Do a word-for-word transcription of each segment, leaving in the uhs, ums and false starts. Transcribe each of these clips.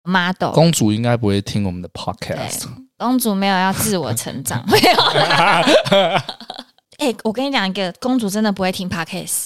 model。 公主应该不会听我们的 podcast。 公主没有要自我成长，没有啦。哎、欸，我跟你讲一个，公主真的不会听 podcast。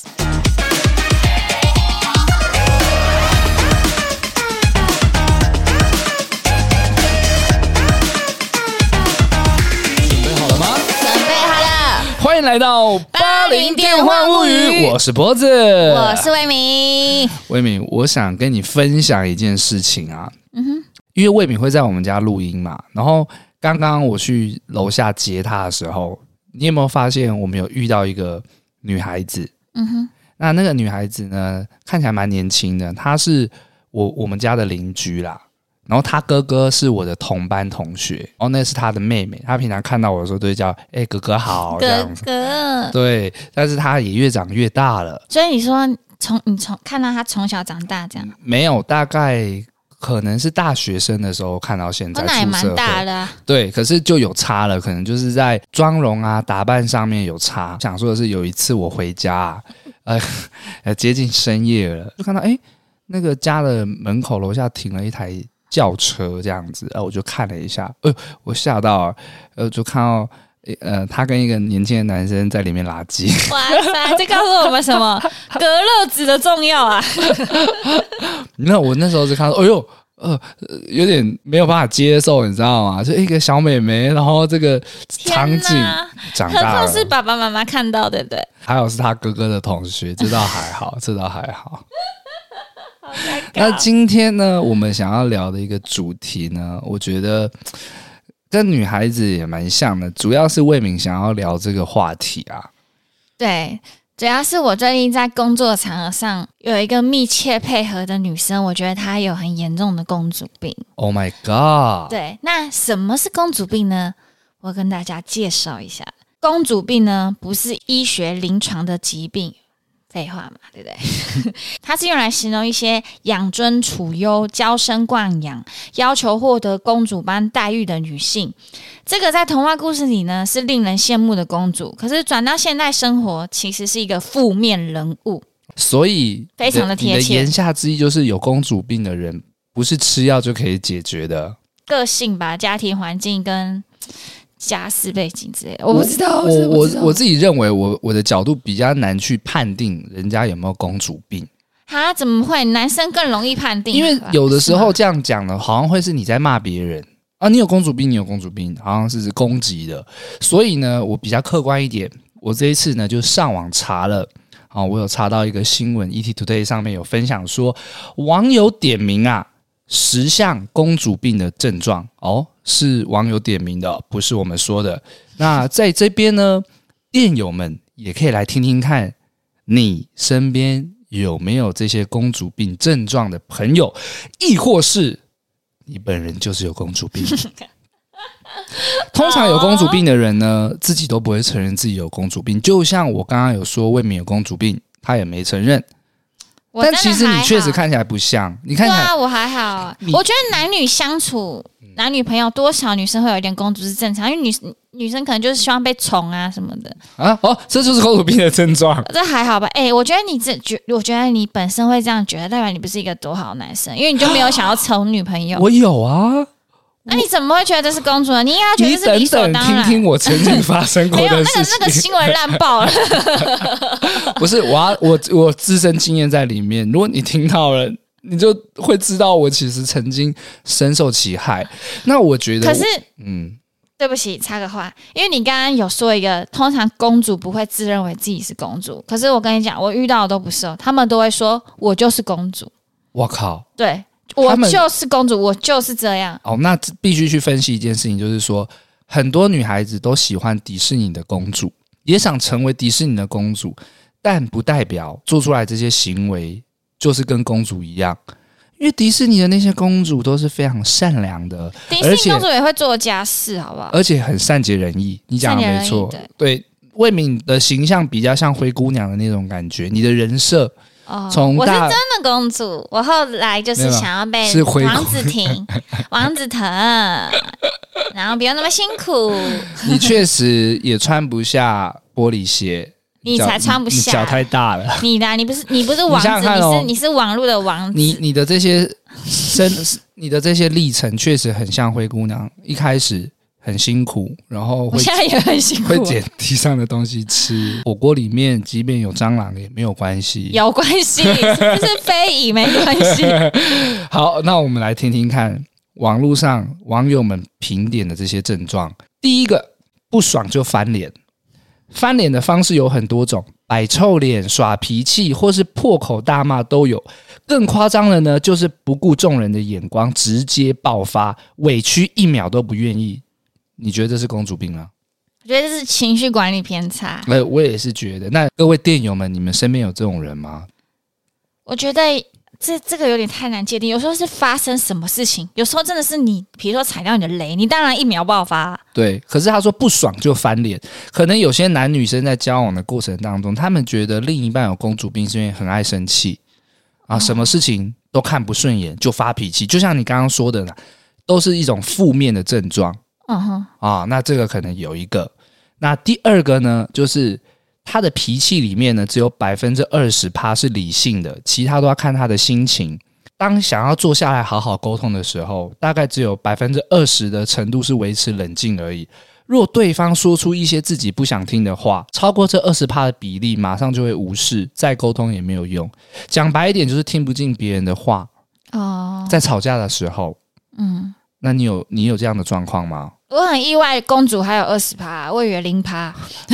欢迎来到八零电幻物语，我是脖子， 我是魏敏。 魏敏，我想跟你分享一件事情啊，嗯哼，因为魏敏会在我们家录音嘛，然后刚刚我去楼下接她的时候，你有没有发现我们有遇到一个女孩子？嗯哼，那那个女孩子呢，看起来蛮年轻的，她是我我们家的邻居啦。然后他哥哥是我的同班同学，然后那是他的妹妹，他平常看到我的时候都会叫哎、欸、哥哥好这样子， 哥哥对，但是他也越长越大了。 所以你说从你从看到他从小长大这样？ 没有，大概可能是大学生的时候看到现在， 那也蛮大的啊。 对，可是就有差了，可能就是在妆容啊打扮上面有差。想说的是有一次我回家、啊，呃，接近深夜了，就看到哎那个家的门口楼下停了一台轿车这样子，呃，我就看了一下，呃，我吓到了，呃，就看到，呃，他跟一个年轻的男生在里面拉鸡。 哇塞，这告诉我们什么？隔热纸的重要啊！ 那我那时候就看到，哎呦，呃，有点没有办法接受，你知道吗？就一个小妹妹，然后这个场景长大了， 何况是爸爸妈妈看到，对不对？ 还有是他哥哥的同学，这倒还好，这倒还好。那今天呢，我们想要聊的一个主题呢，我觉得跟女孩子也蛮像的，主要是魏敏想要聊这个话题啊。 对，主要是我最近在工作场合上有一个密切配合的女生，我觉得她有很严重的公主病。 Oh my god！ 对，那什么是公主病呢？我跟大家介绍一下，公主病呢不是医学临床的疾病。废话嘛，对不对？它是用来形容一些养尊处优、娇生惯养、要求获得公主般待遇的女性。这个在童话故事里呢是令人羡慕的公主，可是转到现代生活，其实是一个负面人物。 所以非常的贴切。 你的言下之意就是有公主病的人不是吃药就可以解决的， 个性吧、家庭环境跟家世背景之类的，我不知道。 我我我我自己认为我，我我的角度比较难去判定人家有没有公主病。 哈？怎么会？男生更容易判定， 因为有的时候这样讲的，好像会是你在骂别人啊，你有公主病，你有公主病，好像是攻击的。所以呢，我比较客观一点，我这一次呢就上网查了。啊，我有查到一个新闻 ，E T Today 上面有分享说，网友点名啊。十项公主病的症状哦，是网友点名的，不是我们说的。那在这边呢，店友们也可以来听听看，你身边有没有这些公主病症状的朋友，亦或是你本人就是有公主病。通常有公主病的人呢，自己都不会承认自己有公主病，就像我刚刚有说魏敏有公主病，他也没承认。但其实你确实看起来不像，你看起来对啊，我还好。我觉得男女相处，男女朋友多少女生会有一点公主是正常，因为女女生可能就是希望被宠啊什么的啊。哦，这就是公主病的症状。 这还好吧？哎、欸，我觉得你这觉，我觉得你本身会这样觉得，代表你不是一个多好的男生，因为你就没有想要宠女朋友。 我有啊。 那、啊、你怎么会觉得这是公主呢？你应该觉得这是理所当然。 你等等听听我曾经发生过的事情。 没有那个那个新闻烂爆了。 不是，我要我我自身经验在里面。如果你听到了，你就会知道我其实曾经深受其害。那我觉得， 可是， 嗯， 对不起，插个话，因为你刚刚有说一个，通常公主不会自认为自己是公主，可是我跟你讲，我遇到的都不是哦，他们都会说我就是公主。 我靠， 对。我就是公主，我就是这样。 哦，那必须去分析一件事情，就是说，很多女孩子都喜欢迪士尼的公主，也想成为迪士尼的公主，但不代表做出来这些行为就是跟公主一样。因为迪士尼的那些公主都是非常善良的， 迪士尼公主也会做家事，好不好？ 而且很善解人意。你讲的没错，对，魏敏的形象比较像灰姑娘的那种感觉，你的人设。 哦，我是真的公主，我后来就是想要被王子挺、王子疼，然后不用那么辛苦。 你确实也穿不下玻璃鞋， 你才穿不下， 你脚太大了。 你的，你不是你不是王子，你, 你是你是网络的王子。 你你的这些生你的这些历程确实很像灰姑娘，一开始很辛苦，然后会我现在也很辛苦， 会捡地上的东西吃。火锅里面即便有蟑螂也没有关系， 有关系，是不是非遗没关系？ 好，那我们来听听看网络上网友们评点的这些症状。第一个，不爽就翻脸。翻脸的方式有很多种，摆臭脸、耍脾气或是破口大骂都有。更夸张的呢，就是不顾众人的眼光，直接爆发，委屈一秒都不愿意。你觉得这是公主病吗？ 我觉得这是情绪管理偏差。 呃，我也是觉得。那各位店友们，你们身边有这种人吗？ 我觉得这这个有点太难界定，有时候是发生什么事情，有时候真的是你，比如说踩到你的雷，你当然一秒爆发。 对，可是他说不爽就翻脸，可能有些男女生在交往的过程当中，他们觉得另一半有公主病，是因为很爱生气啊，什么事情都看不顺眼就发脾气，就像你刚刚说的，都是一种负面的症状。 嗯哼， 啊，那这个可能有一个。那第二个呢，就是他的脾气里面呢，只有百分之二十趴是理性的，其他都要看他的心情。当想要坐下来好好沟通的时候，大概只有百分之二十的程度是维持冷静而已。若对方说出一些自己不想听的话，超过这二十趴的比例，马上就会无视，再沟通也没有用。讲白一点，就是听不进别人的话。 哦， 在吵架的时候，嗯，那你有你有这样的状况吗？ 我很意外，公主还有二十趴，我以为零趴。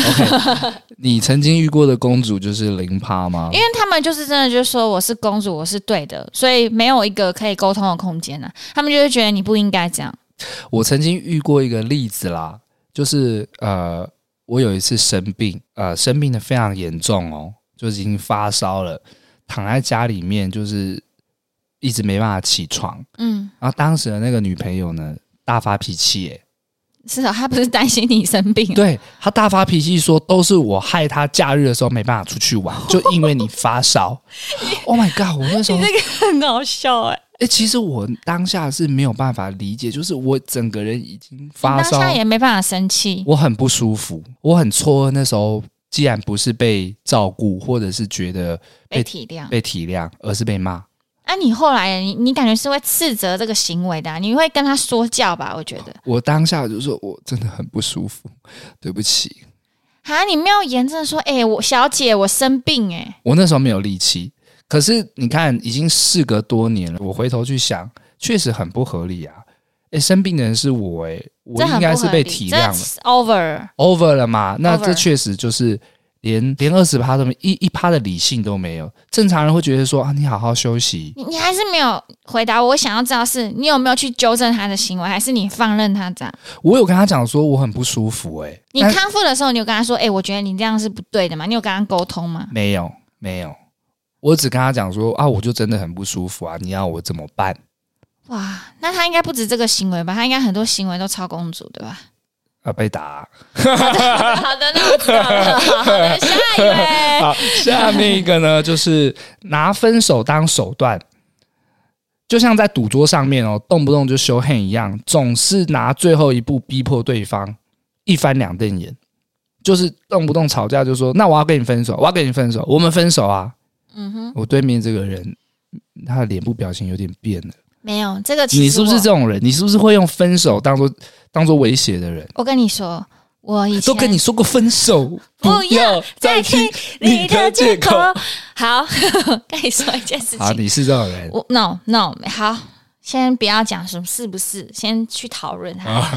OK， 你曾经遇过的公主就是零趴吗？ 因为他们就是真的就说我是公主，我是对的，所以没有一个可以沟通的空间啊。他们就会觉得你不应该这样。 我曾经遇过一个例子啦，就是呃，我有一次生病，呃，生病的非常严重哦，就是已经发烧了，躺在家里面就是一直没办法起床。嗯，然后当时的那个女朋友呢，大发脾气耶。 是啊，他不是担心你生病， 对，他大发脾气说都是我害他假日的时候没办法出去玩，就因为你发烧。Oh my god！ 我那时候你这个很好笑哎、欸。 哎、欸，其实我当下是没有办法理解，就是我整个人已经发烧， 当下也没办法生气， 我很不舒服，我很错愕。那时候既然不是被照顾，或者是觉得 被, 被体谅， 被体谅，而是被骂。 啊，你后来你你感觉是会斥责这个行为的、啊，你会跟他说教吧？我觉得我当下就说，我真的很不舒服，对不起。 啊，你没有严正说，哎、欸，我小姐我生病哎、欸， 我那时候没有力气。可是你看，已经事隔多年了，我回头去想，确实很不合理啊！哎，生病的人是我、欸，哎，我应该是被体谅了 ，over over 了嘛？那 over 这确实就是连连二十趴都没一一趴的理性都没有。正常人会觉得说啊，你好好休息。 你你还是没有回答我，我想要知道是你有没有去纠正他的行为，还是你放任他这样？ 我有跟他讲说我很不舒服、欸，哎， 你康复的时候，你有跟他说，哎、欸，我觉得你这样是不对的嘛？你有跟他沟通吗？ 没有，没有。我只跟他讲说啊，我就真的很不舒服啊，你要我怎么办？ 哇，那他应该不止这个行为吧？他应该很多行为都超公主，对吧？ 啊，被打、啊。 好的，好的，那我知道了。好的，下一位。 好，下面一个呢，就是拿分手当手段，就像在赌桌上面哦，动不动就show hand一样，总是拿最后一步逼迫对方，一翻两瞪眼。就是动不动吵架就说，那我要跟你分手，我要跟你分手，我们分手啊。嗯哼，我对面这个人，他的脸部表情有点变了。 没有这个其实， 你是不是这种人？你是不是会用分手当做当做威胁的人？ 我跟你说，我以前都跟你说过分手， 不要再听你的借口。好，跟你说一件事情。 好，你是这种人。 我 no no 好，先不要讲什么是不是，先去讨论它。啊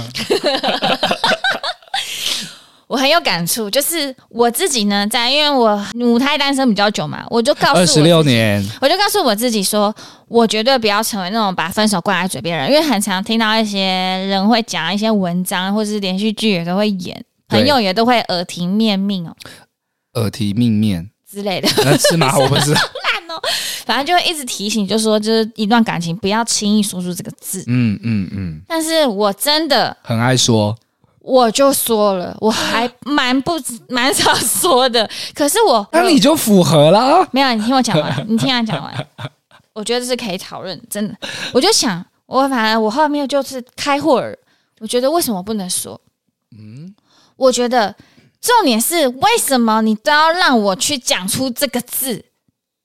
我很有感触，就是我自己呢，在因为我母胎单身比较久嘛，我就告诉我二十六年， 我就告诉我自己说，我绝对不要成为那种把分手挂在嘴边的人，因为很常听到一些人会讲一些文章，或是连续剧也都会演，朋友也都会耳提面命哦， 耳提面命之类的， 那是吗？我不知道， 烂哦，反正就会一直提醒，就说就是一段感情不要轻易说出这个字， 嗯嗯嗯， 但是我真的很爱说。 我就说了，我还蛮不蛮少说的，可是我那你就符合了。 没有，你听我讲完，你听他讲完，我觉得这是可以讨论，真的。我就想，我反正我后面就是开霍尔，我觉得为什么不能说？嗯，我觉得重点是为什么你都要让我去讲出这个字？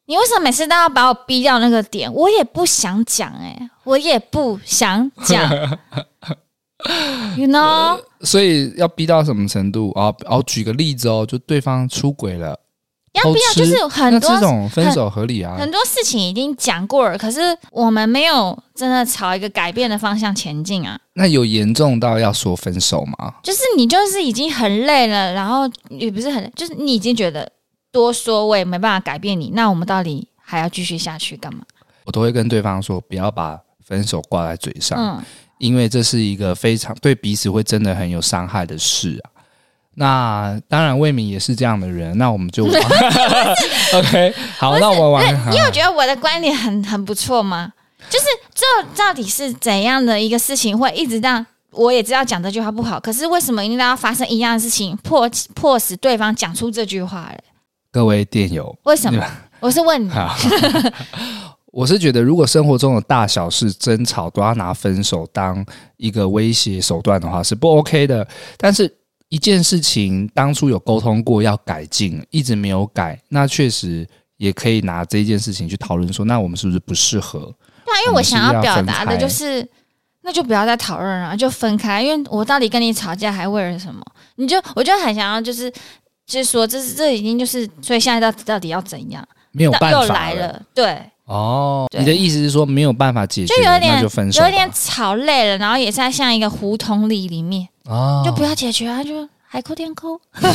你为什么每次都要把我逼到那个点？我也不想讲哎、欸，我也不想讲，you know？ 所以要逼到什么程度啊？哦，举个例子哦，就对方出轨了， 要逼到就是很多那这种分手合理啊。 很, 很多事情已经讲过了，可是我们没有真的朝一个改变的方向前进啊。 那有严重到要说分手吗？ 就是你就是已经很累了，然后也不是很，就是你已经觉得多说我也没办法改变你，那我们到底还要继续下去干嘛？我都会跟对方说，不要把分手挂在嘴上，嗯，因为这是一个非常对彼此会真的很有伤害的事啊。那当然魏敏也是这样的人，那我们就OK 好，那我们玩。 你有觉得我的观点很很不错吗？就是这到底是怎样的一个事情会一直让我也知道讲这句话不好，可是为什么一定要发生一样的事情迫迫使对方讲出这句话嘞？ 各位电友， 为什么？我是问你。 我是觉得，如果生活中的大小事争吵都要拿分手当一个威胁手段的话，是不 OK 的。但是一件事情当初有沟通过要改进，一直没有改，那确实也可以拿这件事情去讨论说，那我们是不是不适合？ 对啊，因为我想要表达的就是，那就不要再讨论了，就分开。因为我到底跟你吵架还为了什么？你就我就很想要，就是就是说，这是这已经就是，所以现在到到底要怎样？ 没有办法了， 又来了，对。 哦，你的意思是说没有办法解决， 就有点那就分手吧， 有点吵累了，然后也是在像一个胡同里里面，哦，就不要解决啊，就海阔天空。Oh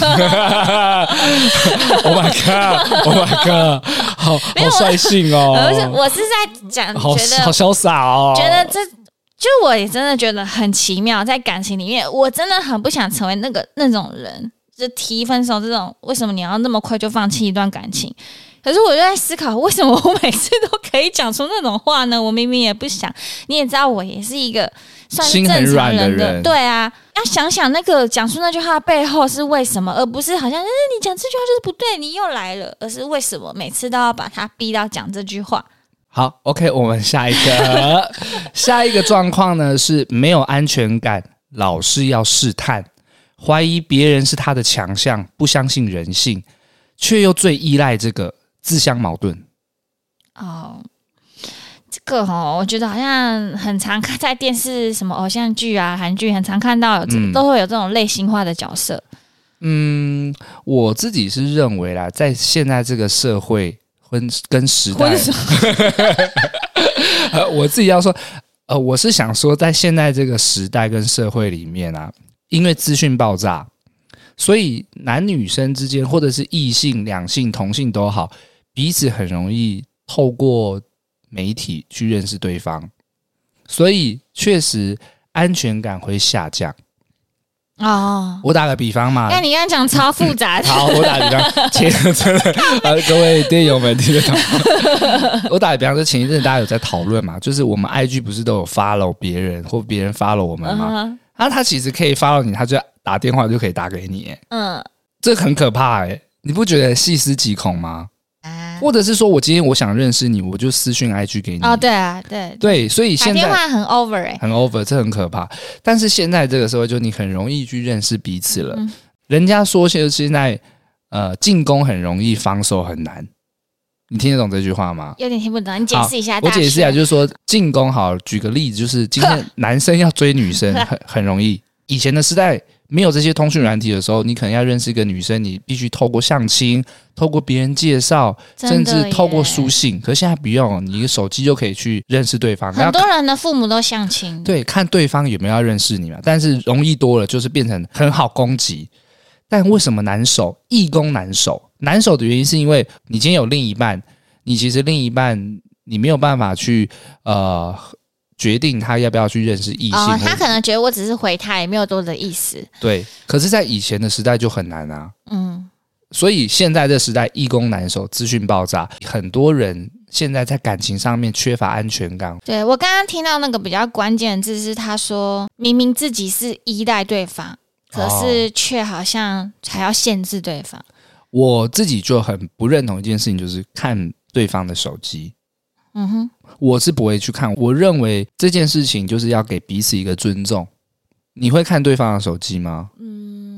my god! Oh my god! 好好率性哦！ 我是我是在讲， 好觉得好潇洒哦， 觉得这就我也真的觉得很奇妙，在感情里面，我真的很不想成为那个那种人，就提分手这种，为什么你要那么快就放弃一段感情？可是我就在思考，为什么我每次都可以讲出那种话呢？我明明也不想，你也知道，我也是一个算是正常人的， 心很软的人， 对啊，要想想那个讲出那句话背后是为什么，而不是好像、嗯、你讲这句话就是不对，你又来了，而是为什么每次都要把他逼到讲这句话？ 好 ，OK， 我们下一个下一个状况呢是没有安全感，老是要试探，怀疑别人是他的强项，不相信人性，却又最依赖这个。自相矛盾哦，这个哦，我觉得好像很常看在电视什么偶像剧啊、韩剧，很常看到有、嗯、都会有这种类型化的角色。嗯， 我自己是认为啦，在现在这个社会跟跟时代，呃，我自己要说，呃，我是想说，在现在这个时代跟社会里面啊，因为资讯爆炸，所以男女生之间，或者是异性、两性、同性都好。彼此很容易透过媒体去认识对方，所以确实安全感会下降。哦，我打个比方嘛， 那你刚刚讲超复杂的。 好，我打个比方，前真的，呃，各位电友们听得懂。我打个比方，就前一阵大家有在讨论嘛，就是我们 I G 不是都有 follow 别人，或别人 follow 我们吗？嗯、啊，他其实可以 follow 你，他就打电话就可以打给你。嗯，这很可怕哎，你不觉得细思极恐吗？或者是说我今天我想认识你，我就私讯 I G 给你。 哦，对啊，对对，所以现在打电话很 over 哎、欸， 很 over， 这很可怕。但是现在这个社会，就你很容易去认识彼此了。嗯、人家说现现在呃进攻很容易，防守很难。你听得懂这句话吗？ 有点听不懂，你解释一下。 我解释一下，就是说进攻好，举个例子，就是今天男生要追女生很很容易。以前的时代没有这些通讯软体的时候，你可能要认识一个女生，你必须透过相亲，透过别人介绍，甚至透过书信。可是现在不用，你一个手机就可以去认识对方。 很多人的父母都相亲， 对，看对方有没有要认识你嘛。但是容易多了，就是变成很好攻击。但为什么难守？易攻难守。难守的原因是因为你今天有另一半，你其实另一半你没有办法去呃。决定他要不要去认识异性、哦， 他可能觉得我只是回他，也没有多的意思。 对，可是，在以前的时代就很难啊。嗯，所以现在这时代易攻难守，资讯爆炸，很多人现在在感情上面缺乏安全感。 对，我刚刚听到那个比较关键的字是，他说明明自己是依赖对方，可是却好像还要限制对方。 我自己就很不认同一件事情，就是看对方的手机。嗯哼，我是不会去看。我认为这件事情就是要给彼此一个尊重。你会看对方的手机吗？ 嗯，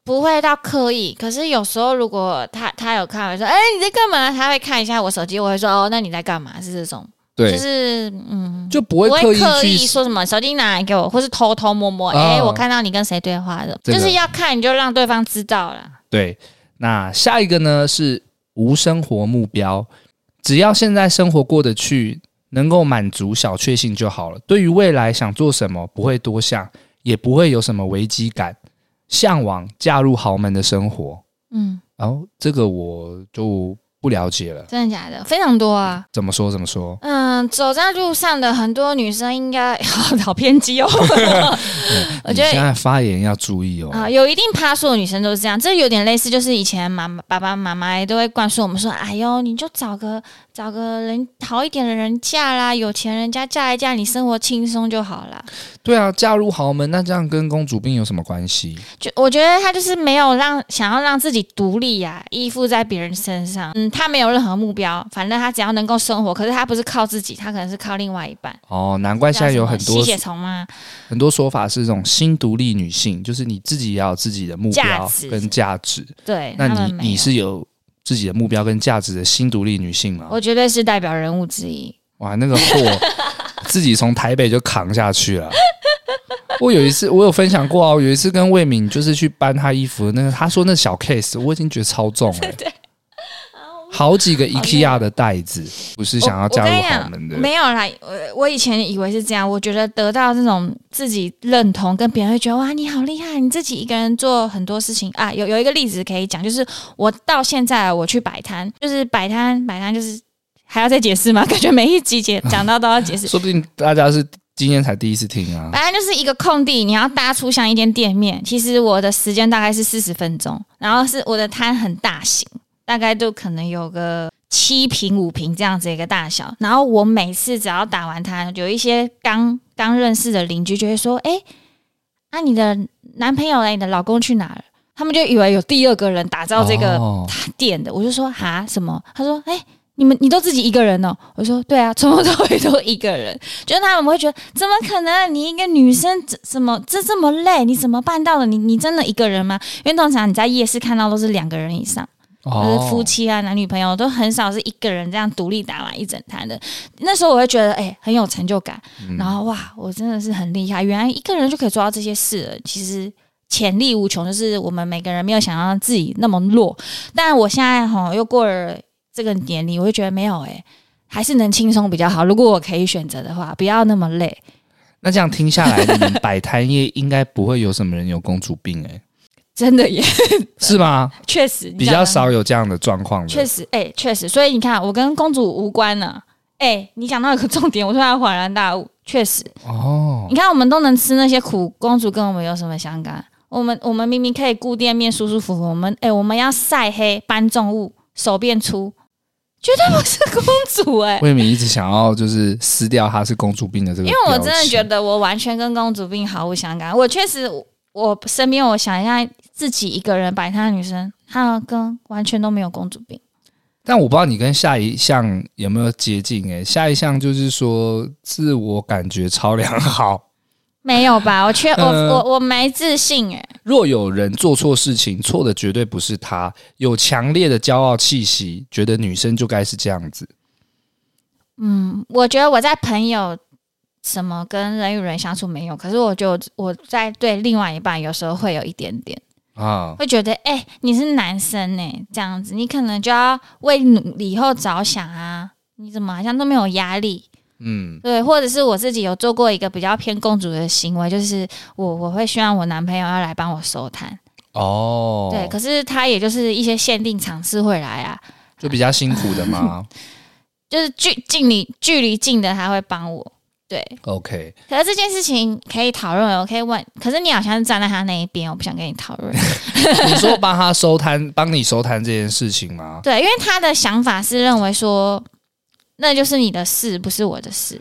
不会到刻意，可是有时候如果他他有看我说，哎、欸，你在干嘛？他会看一下我手机，我会说，哦，那你在干嘛？是这种， 对， 就是嗯， 就不会刻意去刻意说什么手机拿来给我，或是偷偷摸摸，哎、哦欸，我看到你跟谁对话的，这个、就是要看你就让对方知道了。 对，那下一个呢是无生活目标，只要现在生活过得去，能够满足小确幸就好了。对于未来想做什么，不会多想，也不会有什么危机感。向往嫁入豪门的生活，嗯，然后、哦、这个我就不了解了。 真的假的？非常多啊。 怎么说？怎么说？ 嗯，走在路上的很多女生应该好偏激哦。我觉得你现在发言要注意哦。 啊、呃，有一定趴数的女生都是这样，这有点类似，就是以前妈妈、爸爸妈妈都会灌输我们说：“哎呦，你就找个找个人好一点的人嫁啦，有钱人家嫁一嫁，你生活轻松就好啦。” 对啊，嫁入豪门，那这样跟公主病有什么关系？ 就我觉得他就是没有让想要让自己独立呀、啊，依附在别人身上。嗯，他没有任何目标，反正他只要能够生活，可是他不是靠自己，他可能是靠另外一半。 哦，难怪现在有很多吸血虫吗？ 很多说法是这种新独立女性，就是你自己也要有自己的目标跟价值。 对， 那你你是有自己的目标跟价值的新独立女性吗？ 我绝对是代表人物之一。 哇，那个货自己从台北就扛下去了。我有一次，我有分享过啊，有一次跟魏敏就是去搬他衣服的那个，他说那小 case， 我已经觉得超重了、欸。对，好几个 IKEA 的袋子，不是想要加入豪门的。 没有啦，我我以前以为是这样，我觉得得到这种自己认同，跟别人会觉得哇，你好厉害，你自己一个人做很多事情啊。有有一个例子可以讲，就是我到现在我去摆摊，就是摆摊摆摊就是。还要再解释吗？感觉每一集讲到都要解释。 说不定大家是今天才第一次听啊。 反正就是一个空地，你要搭出像一间店面。其实我的时间大概是四十分钟，然后是我的摊很大型，大概都可能有个七平五平这样子一个大小。然后我每次只要打完摊，有一些刚刚认识的邻居就会说：“哎，啊你的男朋友呢？你的老公去哪了？”他们就以为有第二个人打造这个店的。哦、我就说：“哈什么？”他说：“哎。”你们你都自己一个人哦？我说对啊，从头到尾都一个人。就是他们会觉得怎么可能？你一个女生怎么这这么累？你怎么办到的？你你真的一个人吗？因为通常你在夜市看到都是两个人以上，哦、就是夫妻啊、男女朋友都很少是一个人这样独立打完一整摊的。那时候我会觉得哎、欸、很有成就感，嗯、然后哇，我真的是很厉害，原来一个人就可以做到这些事了。其实潜力无穷，就是我们每个人没有想到自己那么弱。但我现在哈又过了。这个年龄我就觉得没有哎、欸，还是能轻松比较好。如果我可以选择的话，不要那么累。 那这样听下来，你们摆摊业应该不会有什么人有公主病哎、欸， 真的耶？ 是吗？ 确实比较少有这样的状况。 确实，哎、欸，确实。所以你看，我跟公主无关呢。哎、欸，你讲到一个重点，我突然恍然大悟。确实哦，你看我们都能吃那些苦，公主跟我们有什么相干？我们我们明明可以顾店面舒舒服服，我们哎、欸，我们要晒黑搬重物，手变粗。绝对不是公主哎、欸！ 魏敏一直想要就是撕掉她是公主病的这个， 因为我真的觉得我完全跟公主病毫无相干。我确实，我身边我想一下，自己一个人摆摊的女生，她跟完全都没有公主病。 但我不知道你跟下一项有没有接近哎、欸？下一项就是说自我感觉超良好。 没有吧？我缺我我我没自信哎、欸。 若有人做错事情，错的绝对不是他，有强烈的骄傲气息，觉得女生就该是这样子。 嗯，我觉得我在朋友什么跟人与人相处没有，可是我觉得我在对另外一半有时候会有一点点啊，会觉得哎、欸，你是男生哎、欸，这样子你可能就要为以后着想啊，你怎么好像都没有压力？嗯，对，或者是我自己有做过一个比较偏公主的行为，就是我我会希望我男朋友要来帮我收摊哦，对，可是他也就是一些限定场次会来啊， 就比较辛苦的嘛， 就是距近离距离近的他会帮我，对 ，OK， 可是这件事情可以讨论，我可以问，可是你好像是站在他那一边，我不想跟你讨论。 你说帮他收摊，帮你收摊这件事情吗？ 对，因为他的想法是认为说。那就是你的事，不是我的事。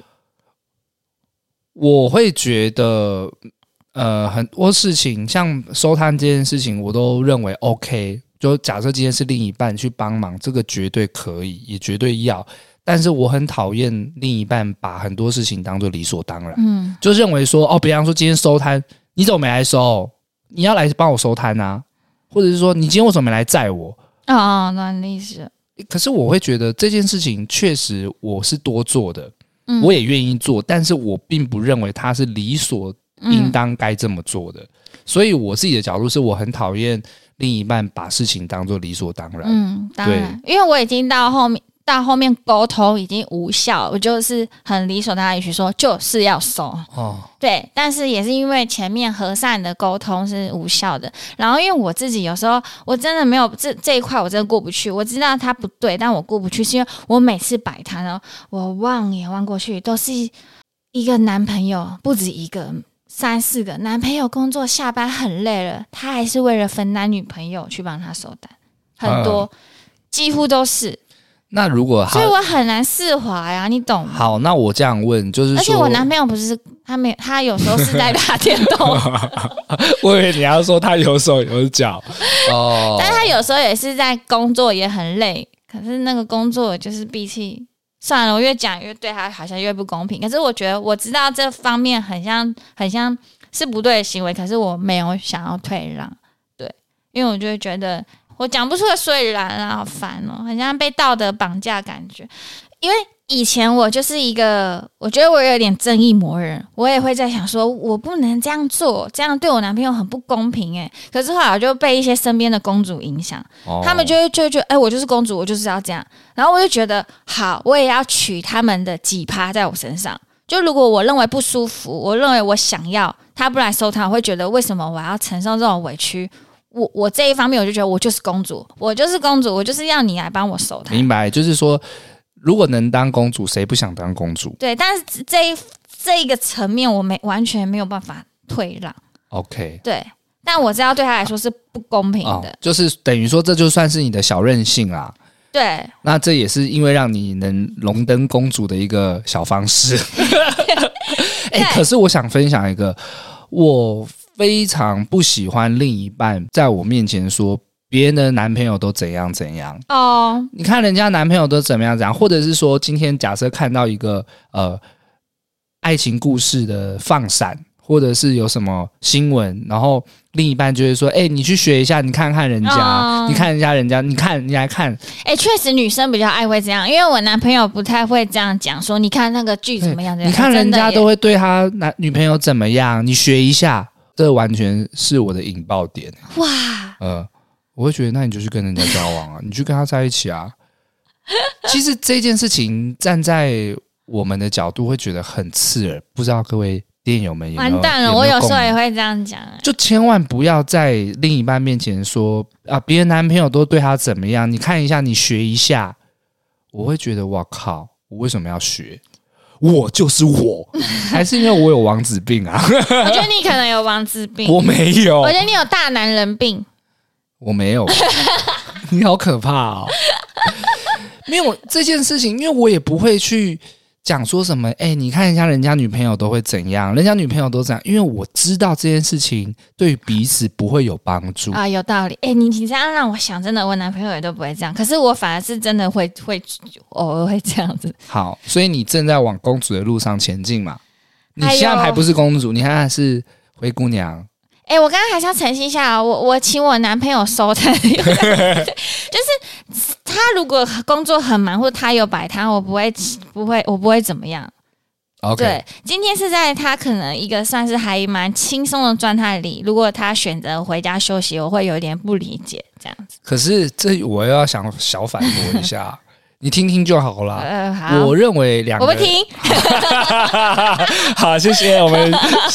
我会觉得，呃，很多事情，像收摊这件事情，我都认为 OK。就假设今天是另一半去帮忙，这个绝对可以，也绝对要。但是我很讨厌另一半把很多事情当作理所当然，嗯，就认为说，哦，比方说今天收摊，你怎么没来收？你要来帮我收摊啊？ 或者是说你今天为什么没来载我？ 哦哦，那意思。 可是我会觉得这件事情确实我是多做的， 嗯、 我也愿意做，但是我并不认为它是理所应当该这么做的。嗯、所以我自己的角度是我很讨厌另一半把事情当作理所当然。 嗯，当然，因为我已经到后面。到后面沟通已经无效，我就是很理所当然去说就是要收哦，对，但是也是因为前面和善的沟通是无效的，然后因为我自己有时候我真的没有这这一块我真的过不去，我知道他不对，但我过不去是因为我每次摆摊哦，我望也望过去都是一个男朋友，不止一个，三四个男朋友工作下班很累了，他还是为了分担女朋友去帮他收单，很多、嗯、几乎都是。 那如果所以我很难释怀呀，你懂吗？ 好，那我这样问，就是说， 而且我男朋友不是他没他有时候是在打电动， 我以为你要说他有手有脚哦，但他有时候也是在工作，也很累。可是那个工作就是比起算了，我越讲越对他好像越不公平。可是我觉得我知道这方面很像很像是不对的行为，可是我没有想要退让，对，因为我就会觉得。我讲不出个所以然啊，好烦哦，很像被道德绑架感觉。因为以前我就是一个，我觉得我有点正义魔人，我也会在想说，我不能这样做，这样对我男朋友很不公平哎。可是后来我就被一些身边的公主影响，哦、他们就会就会觉得，哎、欸，我就是公主，我就是要这样。然后我就觉得，好，我也要取他们的几趴在我身上。就如果我认为不舒服，我认为我想要他不来收摊，我会觉得为什么我要承受这种委屈？我我这一方面我就觉得我就是公主，我就是公主，我就是要你来帮我收摊。 明白，就是说，如果能当公主，谁不想当公主？ 对，但是这一这一个层面，我没完全没有办法退让。 OK， 对，但我知道对他来说是不公平的， 哦、就是等于说，这就算是你的小任性啦。 对， 那这也是因为让你能荣登公主的一个小方式。哎、欸，可是我想分享一个我。非常不喜欢另一半在我面前说别人的男朋友都怎样怎样哦， oh. 你看人家男朋友都怎么样怎样，或者是说今天假设看到一个呃爱情故事的放闪，或者是有什么新闻，然后另一半就会说：“哎、欸，你去学一下，你看看人家， oh. 你看人家人家，你看你来看。” 哎，确实女生比较爱会这样，因为我男朋友不太会这样讲，说你看那个剧怎么样， 你看人家都会对他男女朋友怎么样，你学一下。这完全是我的引爆点哇！呃，我会觉得那你就去跟人家交往啊，你去跟他在一起啊。其实这件事情站在我们的角度会觉得很刺耳，不知道各位电友们有没有？ 完蛋了，有有我有时候也会这样讲、欸。 就千万不要在另一半面前说啊，别人男朋友都对他怎么样，你看一下，你学一下。我会觉得哇靠，我为什么要学？我就是我，还是因为我有王子病啊？ 我觉得你可能有王子病， 我没有。 我觉得你有大男人病， 我没有。你好可怕哦！没有这件事情，因为我也不会去讲说什么。哎、欸，你看一下人家女朋友都会怎样，人家女朋友都怎样，因为我知道这件事情对彼此不会有帮助啊。有道理。哎、欸，你你这样让我想，真的，我男朋友也都不会这样，可是我反而是真的会会偶尔会这样子。 好，所以你正在往公主的路上前进嘛？你现在还不是公主，你现在是灰姑娘。 哎、欸，我刚刚还是要澄清一下、哦，我我请我男朋友收摊，就是他如果工作很忙，或者他有摆摊，我不会不会我不会怎么样。 Okay. 对，今天是在他可能一个算是还蛮轻松的状态里，如果他选择回家休息，我会有点不理解这样子。 可是这我要想小反驳一下。你听听就好啦。 呃，好， 我认为两个我不听。 好，谢谢我们。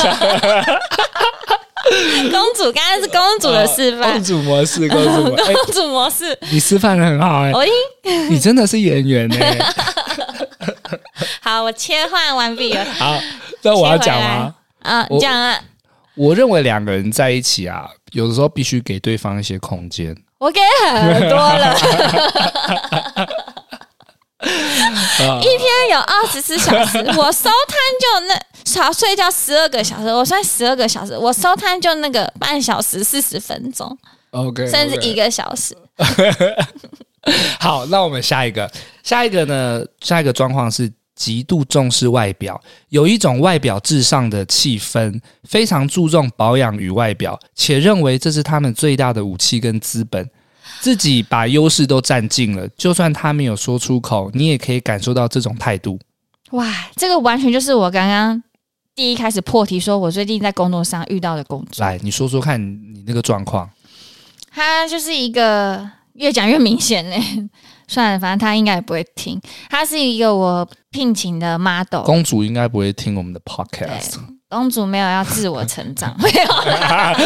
公主刚刚是公主的示范、 哦，公主模式，公主模式， 公主模式，欸、 你示范的很好哎、欸， 我听， 你真的是演员哎、欸。 好，我切换完毕了。 好，那我要讲吗？ 啊，讲啊。 我认为两个人在一起啊，有的时候必须给对方一些空间。 我给很多了。一天有二十四小时，我收摊就那少睡觉十二个小时，我算十二个小时，我收摊就那个半小时四十分钟 ，OK， 甚至一个小时。 好，那我们下一个，下一个呢？下一个状况是极度重视外表，有一种外表至上的气氛，非常注重保养与外表，且认为这是他们最大的武器跟资本。自己把优势都占尽了，就算他没有说出口，你也可以感受到这种态度。 哇，这个完全就是我刚刚第一开始破题说我最近在工作上遇到的工作。 来，你说说看你那个状况。 他就是一个越讲越明显嘞，算了，反正他应该也不会听。他是一个我聘请的 model， 公主应该不会听我们的 podcast。 公主没有要自我成长，没有啦，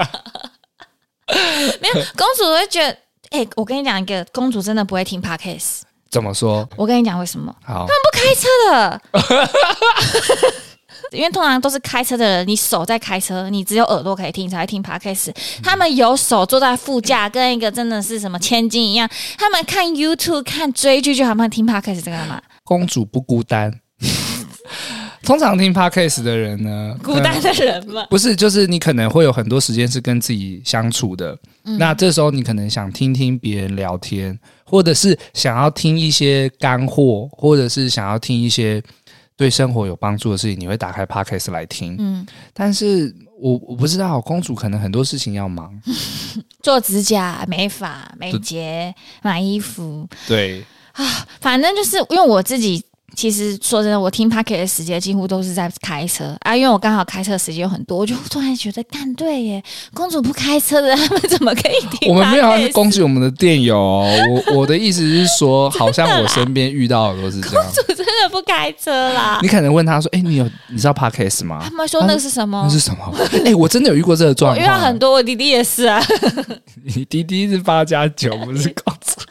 没有。公主会觉得，哎、欸，我跟你讲一个，公主真的不会听 podcast。 怎么说？ 我跟你讲为什么？ 好， 他们不开车的。因为通常都是开车的人，你手在开车，你只有耳朵可以听，才会听 podcast。他们有手坐在副驾，跟一个真的是什么千金一样。他们看 YouTube 看追剧，就他们听 podcast 这个干嘛？ 公主不孤单。通常听 podcast 的人呢， 孤单的人嘛， 不是，就是你可能会有很多时间是跟自己相处的。嗯、那这时候你可能想听听别人聊天，或者是想要听一些干货，或者是想要听一些对生活有帮助的事情，你会打开 podcast 来听。嗯，但是我我不知道，公主可能很多事情要忙， 做指甲、美发、美睫、买衣服， 对啊，反正就是因为我自己。其实说真的，我听 podcast 的时间几乎都是在开车啊，因为我刚好开车的时间有很多，我就突然觉得，干对耶，公主不开车的，他们怎么可以听 podcast？ 我们没有要攻击我们的店友哦，我我的意思是说，好像我身边遇到的都是这样。 公主真的不开车啦！ 你可能问他说：“哎、欸，你有你知道 podcast 吗？” 他们说那个是什么？ 那是什么？哎、欸，我真的有遇过这个状况， 我遇到很多，我弟弟也是啊。 你弟弟是八加九，不是公主。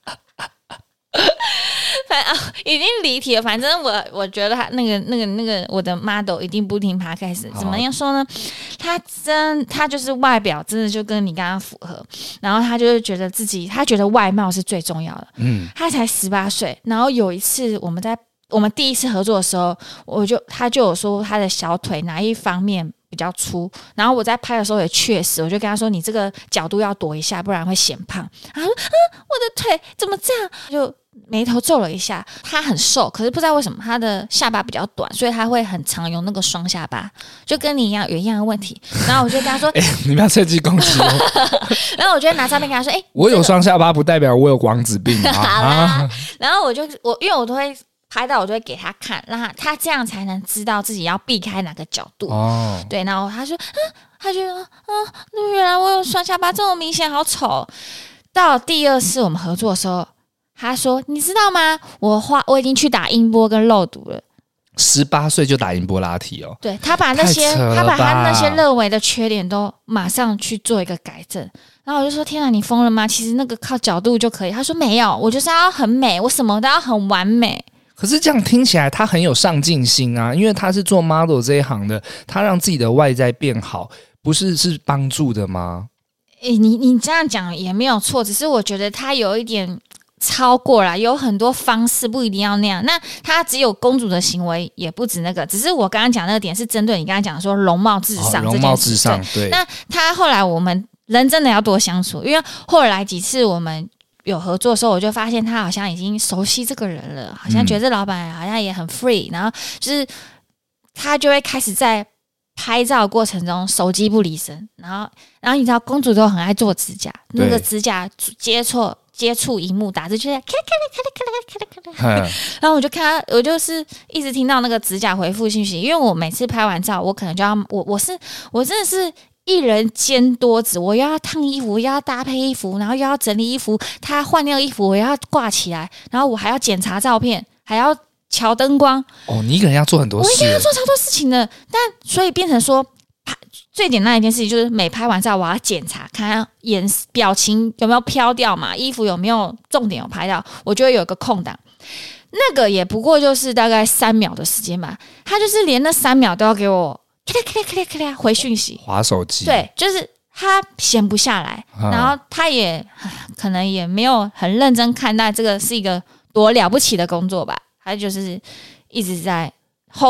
反啊，已经离题了。反正我我觉得他那个那个那个我的 model 一定不听 podcast。怎么样说呢？他真他就是外表真的就跟你刚刚符合，然后他就是觉得自己他觉得外貌是最重要的。嗯，他才十八岁，然后有一次我们在我们第一次合作的时候，我就他就有说他的小腿哪一方面比较粗，然后我在拍的时候也确实，我就跟他说你这个角度要躲一下，不然会显胖。他说啊，我的腿怎么这样？就眉头皱了一下。他很瘦，可是不知道为什么他的下巴比较短，所以他会很常用那个双下巴，就跟你一样有一样的问题。然后我就跟他说：“哎、 欸，你不要趁机攻击我。” 然后我就拿照片跟他说：“哎、欸， 我有双下巴不代表我有王子病啊。”好啦， 然后我就我因为我都会拍到，我就会给他看，让他他这样才能知道自己要避开哪个角度。哦，对，然后他说：“嗯，他觉得啊，原来我有双下巴这么明显，好丑。”到第二次我们合作的时候。他说：“你知道吗？我花我已经去打音波跟肉毒了。 十八岁就打音波拉提哦。 对，他把那些他把他那些认为的缺点都马上去做一个改正。然后我就说：天啊，你疯了吗？其实那个靠角度就可以。他说没有，我就是要很美，我什么都要很完美。 可是这样听起来他很有上进心啊，因为他是做 model 这一行的，他让自己的外在变好，不是是帮助的吗？ 诶，你你这样讲也没有错，只是我觉得他有一点。”超过了，有很多方式不一定要那样。那他只有公主的行为，也不止那个。只是我刚刚讲那个点是针对你刚刚讲说容貌至上、哦， 容貌至上。对。 那他后来我们人真的要多相处，因为后来几次我们有合作的时候，我就发现他好像已经熟悉这个人了，好像觉得这老板好像也很 free，、嗯、然后就是他就会开始在拍照的过程中手机不离身，然后然后你知道公主都很爱做指甲，那个指甲接触。接触荧幕打字就在咔啦咔啦咔啦咔啦咔啦咔啦，然后我就看他，我就是一直听到那个指甲回复信息，因为我每次拍完照，我可能就要我我是我真的是一人兼多职，我又要烫衣服，又要搭配衣服，然后又要整理衣服，他换那个衣服我要挂起来，然后我还要检查照片，还要调灯光。 哦，你一个人要做很多事， 我一个人要做超多事情的，但所以变成说。最简单的一件事情就是每拍完照，我要检查看眼表情有没有飘掉嘛，衣服有没有重点有拍到，我就会有一个空档。那个也不过就是大概三秒的时间吧，他就是连那三秒都要给我咔啦咔啦咔啦咔啦回讯息， 滑手机。 对，就是他闲不下来，嗯、然后他也可能也没有很认真看待这个是一个多了不起的工作吧，他就是一直在后。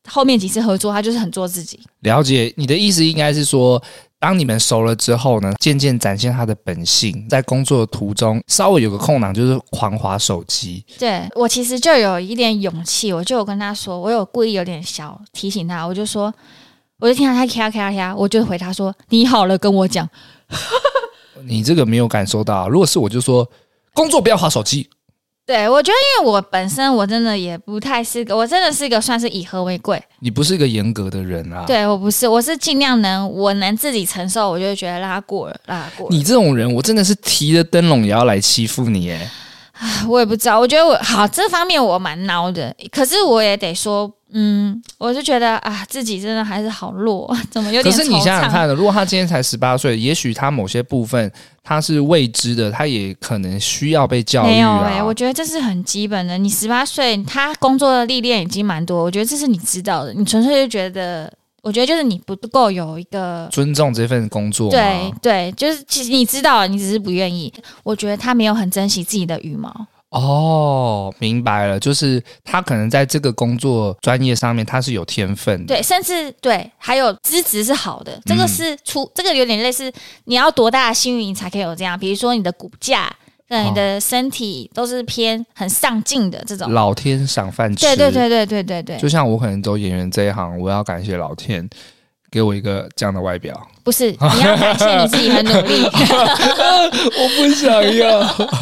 后面几次合作，他就是很做自己。 了解，你的意思应该是说，当你们熟了之后呢，渐渐展现他的本性，在工作的途中稍微有个空档就是狂滑手机。 对，我其实就有一点勇气，我就有跟他说，我有故意有点小提醒他，我就说，我就听到他咔咔咔，我就回他说你好了跟我讲。 你这个没有感受到，如果是我就说工作不要滑手机。 对，我觉得因为我本身我真的也不太是个，我真的是一个算是以和为贵。 你不是一个严格的人啊。 对，我不是，我是尽量能我能自己承受，我就觉得让他过了，让他过了。 你这种人，我真的是提着灯笼也要来欺负你耶。 我也不知道，我觉得我好这方面我蛮孬的，可是我也得说，嗯，我就觉得啊，自己真的还是好弱，怎么有点惆怅。 可是你想想看，如果他今天才十八岁，也许他某些部分他是未知的，他也可能需要被教育啊。 没有哎、欸，我觉得这是很基本的。你十八岁，他工作的历练已经蛮多，我觉得这是你知道的。你纯粹就觉得。我觉得就是你不够有一个尊重这份工作。 对对，就是其实你知道了，你只是不愿意。我觉得他没有很珍惜自己的羽毛。 哦，明白了，就是他可能在这个工作专业上面他是有天分的， 对，甚至对，还有资质是好的。这个是出、嗯、这个有点类似，你要多大的幸运你才可以有这样？比如说你的骨架。对，你的身体都是偏很上进的这种， 老天赏饭吃。 对对对对对对对， 就像我可能走演员这一行，我要感谢老天给我一个这样的外表。 不是，你要感谢你自己很努力。 我不想要。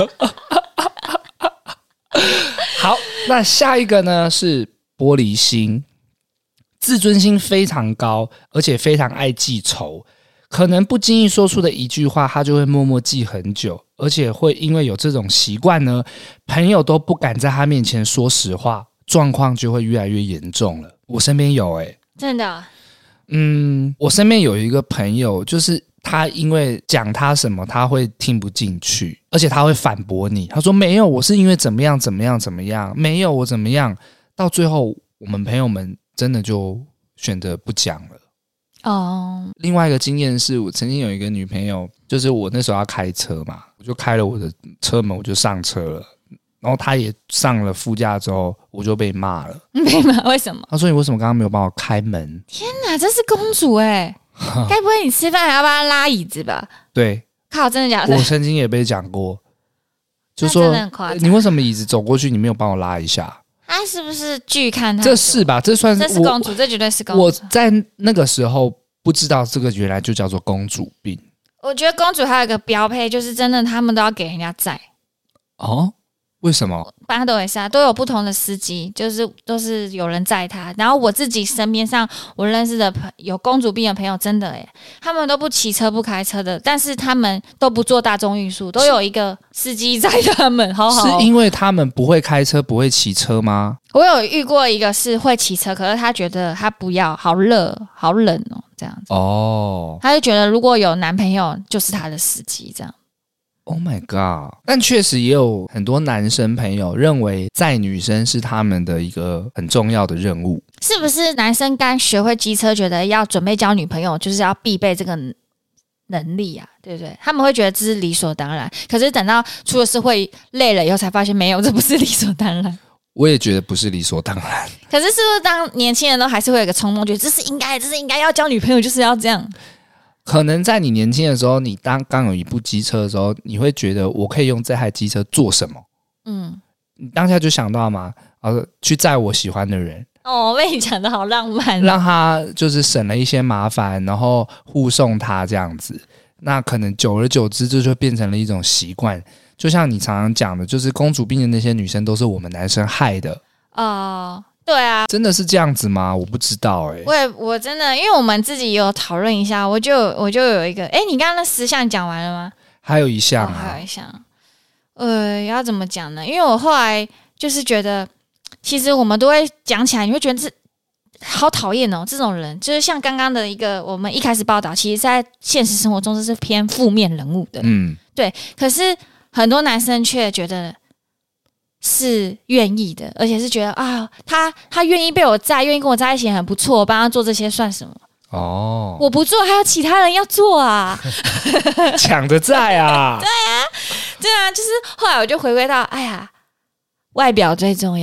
好，那下一个呢是玻璃心，自尊心非常高，而且非常爱记仇。可能不经意说出的一句话，他就会默默记很久，而且会因为有这种习惯呢，朋友都不敢在他面前说实话，状况就会越来越严重了。我身边有欸， 真的， 嗯，我身边有一个朋友，就是他因为讲他什么，他会听不进去，而且他会反驳你，他说没有，我是因为怎么样怎么样怎么样，没有我怎么样，到最后我们朋友们真的就选择不讲了。哦，另外一个经验是我曾经有一个女朋友，就是我那时候要开车嘛，我就开了我的车门，我就上车了，然后她也上了副驾之后，我就被骂了。 被骂？为什么？ 她说你为什么刚刚没有帮我开门？ 天哪，这是公主哎、欸！该不会你吃饭还要帮她拉椅子吧？ 对， 靠，真的假的？ 我曾经也被讲过，就说你为什么椅子走过去你没有帮我拉一下？ 他是不是拒看他？ 这是吧？这算是这是公主，这绝对是公主。 我在那个时候不知道这个原来就叫做公主病。 我觉得公主还有一个标配，就是真的他们都要给人家载。 哦，为什么？ 巴都也是啊，都有不同的司机，就是都是有人载他。然后我自己身边上我认识的朋有公主病的朋友，真的耶，他们都不骑车不开车的，但是他们都不坐大众运输，都有一个司机载他们。好好哦， 是因为他们不会开车不会骑车吗？ 我有遇过一个是会骑车，可是他觉得他不要，好热好冷哦，这样子。哦，他就觉得如果有男朋友就是他的司机这样。 Oh my god！ 但确实也有很多男生朋友认为载女生是他们的一个很重要的任务。 是不是男生刚学会机车，觉得要准备交女朋友，就是要必备这个能力啊，对不对？他们会觉得这是理所当然，可是等到出了社会累了以后，才发现没有，这不是理所当然。 我也觉得不是理所当然。 可是是不是当年轻人都还是会有一个冲动，觉得这是应该，这是应该要交女朋友，就是要这样？ 可能在你年轻的时候，你当刚有一部机车的时候，你会觉得我可以用这台机车做什么？嗯，你当下就想到嘛，呃，去载我喜欢的人。 哦，被你讲的好浪漫， 让他就是省了一些麻烦，然后护送他这样子。那可能久而久之，这就变成了一种习惯。就像你常常讲的，就是公主病的那些女生都是我们男生害的。哦、呃。对啊，真的是这样子吗？我不知道哎、欸。 我也我真的，因为我们自己有讨论一下，我就我就有一个，哎，你刚刚那十项讲完了吗？ 还有一项、啊哦，还有一项，呃，要怎么讲呢？因为我后来就是觉得，其实我们都会讲起来，你会觉得这好讨厌哦，这种人就是像刚刚的一个，我们一开始报道，其实在现实生活中这是偏负面人物的，嗯，对。可是很多男生却觉得。是愿意的，而且是觉得啊，他他愿意被我载，愿意跟我在一起很不错，我帮他做这些算什么？哦，我不做，还有其他人要做啊， 抢着载啊！ 对啊，对啊，就是后来我就回归到，哎呀，外表最重要，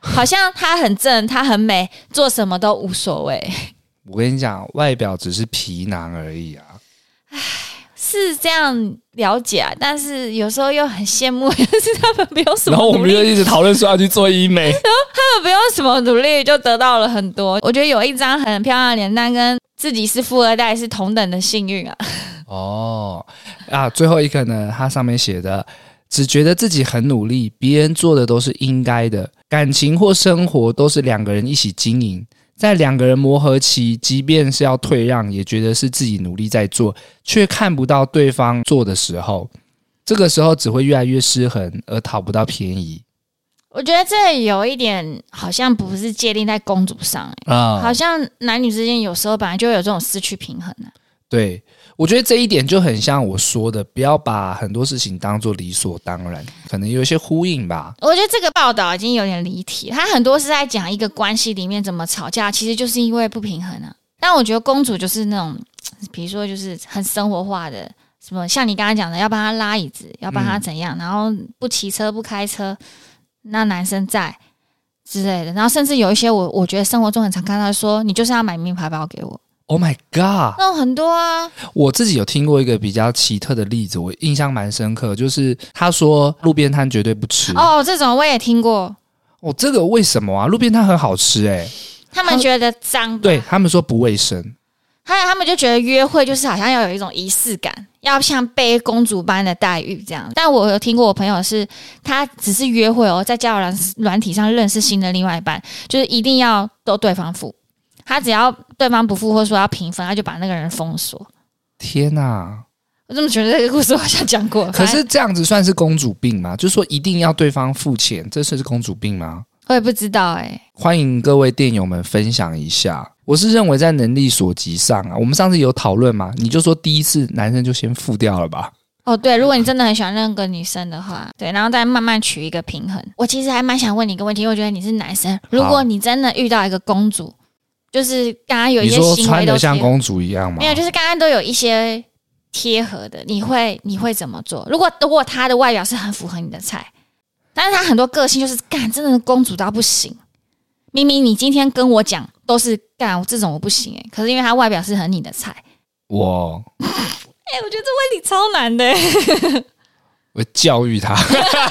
好像她很正，她很美，做什么都无所谓。 我跟你讲，外表只是皮囊而已啊。 是这样了解啊，但是有时候又很羡慕，就是他们不用什么努力， 然后我们就一直讨论说要去做医美，然后他们不用什么努力就得到了很多。我觉得有一张很漂亮的脸蛋跟自己是富二代是同等的幸运啊。 哦啊，最后一个呢，它上面写的只觉得自己很努力，别人做的都是应该的，感情或生活都是两个人一起经营，在两个人磨合期，即便是要退让，也觉得是自己努力在做，却看不到对方做的时候，这个时候只会越来越失衡，而讨不到便宜。 我觉得这有一点好像不是界定在公主上、欸啊、 好像男女之间有时候本来就会有这种失去平衡、啊、 对，我觉得这一点就很像我说的，不要把很多事情当作理所当然，可能有一些呼应吧。 我觉得这个报道已经有点离题，他很多是在讲一个关系里面怎么吵架，其实就是因为不平衡啊。但我觉得公主就是那种，比如说就是很生活化的，什么像你刚才讲的，要帮他拉椅子，要帮他怎样，嗯、然后不骑车不开车，那男生在之类的，然后甚至有一些我我觉得生活中很常看到说，你就是要买名牌包给我。 Oh my god！ 那种很多啊， 我自己有听过一个比较奇特的例子，我印象蛮深刻，就是他说路边摊绝对不吃。 哦，这种我也听过。 哦，这个为什么啊？路边摊很好吃哎、欸， 他们觉得脏， 对他们说不卫生。 还有他们就觉得约会就是好像要有一种仪式感，要像被公主般的待遇这样。但我有听过我朋友是，他只是约会哦，在交友软软体上认识新的另外一半，就是一定要都对方付。他只要对方不付或说要平分，他就把那个人封锁。 天哪！ 我怎么觉得这个故事好像讲过？ 可是这样子算是公主病吗？就是说一定要对方付钱，这算是公主病吗？ 我也不知道哎、欸。 欢迎各位店友们分享一下。我是认为在能力所及上啊，我们上次有讨论嘛，你就说第一次男生就先付掉了吧。 哦，对，如果你真的很喜欢那个女生的话，对，然后再慢慢取一个平衡。我其实还蛮想问你一个问题，因为我觉得你是男生，如果你真的遇到一个公主，就是刚刚有一些行为都你说穿得像公主一样吗？ 没有，就是刚刚都有一些贴合的，你会你会怎么做？如果如果她的外表是很符合你的菜，但是她很多个性就是干，真的是公主到不行。明明你今天跟我讲都是干这种我不行哎、欸，可是因为她外表是很你的菜， 我哎、欸，我觉得这问题超难的、欸， 我教育她。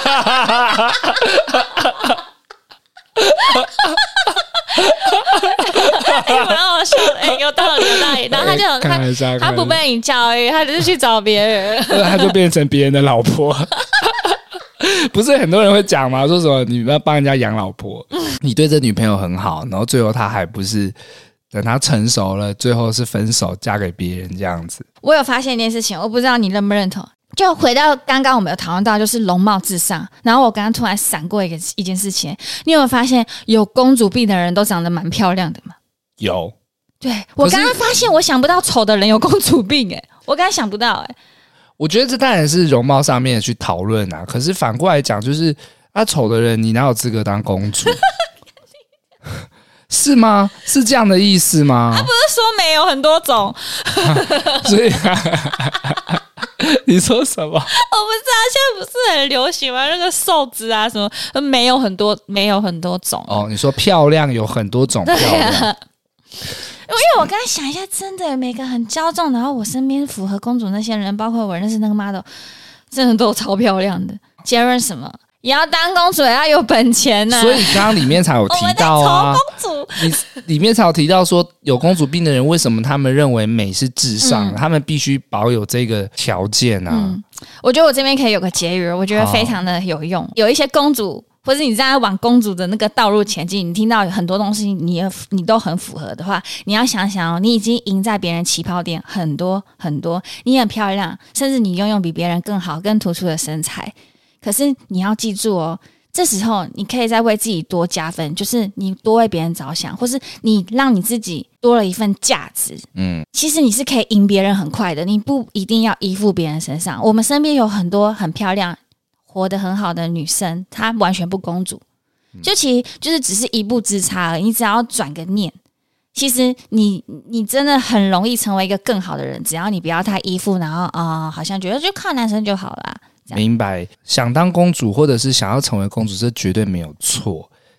哎、欸，蛮好笑的，哎、欸，有道理，有道理。然后他就有他，他不被你教育，他只是去找别人， 他就变成别人的老婆。不是很多人会讲吗？说什么你要帮人家养老婆，你对这女朋友很好，然后最后她还不是等她成熟了，最后是分手嫁给别人这样子。 我有发现一件事情，我不知道你认不认同。就回到刚刚我们有讨论到，就是容貌至上。然后我刚刚突然闪过一个一件事情，你有没有发现有公主病的人都长得蛮漂亮的吗？ 有。 对，我刚刚发现，我想不到丑的人有公主病哎、欸，我刚刚想不到哎、欸。 我觉得这当然是容貌上面的去讨论啊，可是反过来讲，就是啊，丑的人你哪有资格当公主？是吗？是这样的意思吗？ 他不是说美有很多种， 所以、啊、你说什么？我不知道，现在不是很流行吗？那个瘦子啊，什么美有很多，美有很多种。 哦，你说漂亮有很多种漂亮。 因为我刚才想一下，真的每个很骄纵，然后我身边符合公主那些人，包括我认识那个 model， 真的都超漂亮的。结论什么？也要当公主，也要有本钱呢、啊。 所以刚刚里面才有提到啊， 公主， 你里面才有提到说，有公主病的人为什么他们认为美是至上、嗯，他们必须保有这个条件啊、 嗯。我觉得我这边可以有个结语，我觉得非常的有用。有一些公主。或者你在往公主的那个道路前进，你听到有很多东西你你都很符合的话，你要想想哦，你已经赢在别人起跑点很多很多，你很漂亮，甚至你拥有比别人更好更突出的身材。可是你要记住哦，这时候你可以再为自己多加分，就是你多为别人着想，或是你让你自己多了一份价值。嗯，其实你是可以赢别人很快的，你不一定要依附别人身上。我们身边有很多很漂亮活得很好的女生，她完全不公主，就其实就是只是一步之差而已。你只要转个念，其实你你真的很容易成为一个更好的人。只要你不要太依附，然后啊、呃，好像觉得就靠男生就好啦。 明白，想当公主或者是想要成为公主，这绝对没有错。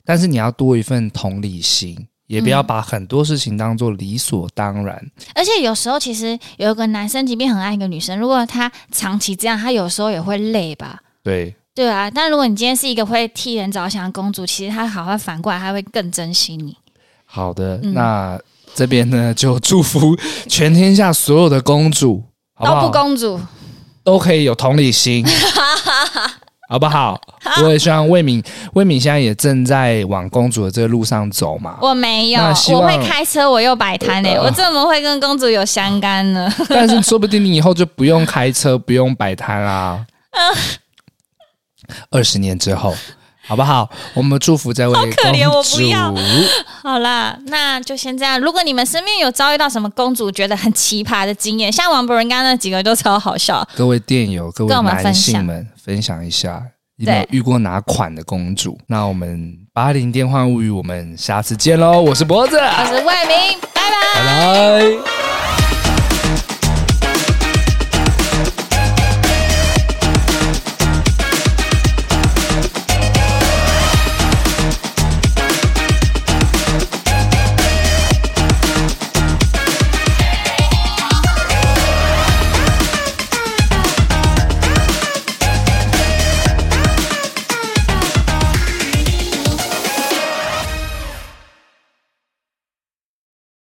但是你要多一份同理心，也不要把很多事情当作理所当然、嗯、 而且有时候其实有一个男生即便很爱一个女生，如果他长期这样，他有时候也会累吧。 对对啊，但如果你今天是一个会替人着想的公主，其实他好好反过来他会更珍惜你。好的、嗯、那这边呢就祝福全天下所有的公主好不好？ 都不公主都可以有同理心好不好？我也希望魏敏，魏敏现在也正在往公主的这个路上走嘛。 我没有，我会开车，我又摆摊诶，我怎么会跟公主有相干呢？ 但是说不定你以后就不用开车，不用摆摊啦。二十年之后，好不好？我们祝福这位公主。 好可怜，我不要。好啦，那就先这样。如果你们身边有遭遇到什么公主觉得很奇葩的经验，像王博仁刚刚那几个都超好笑， 各位电友、各位男性们分享一下，有没有遇过哪款的公主？那我们八零电幻物语，我们下次见喽！我是脖子， 我是魏明，拜拜。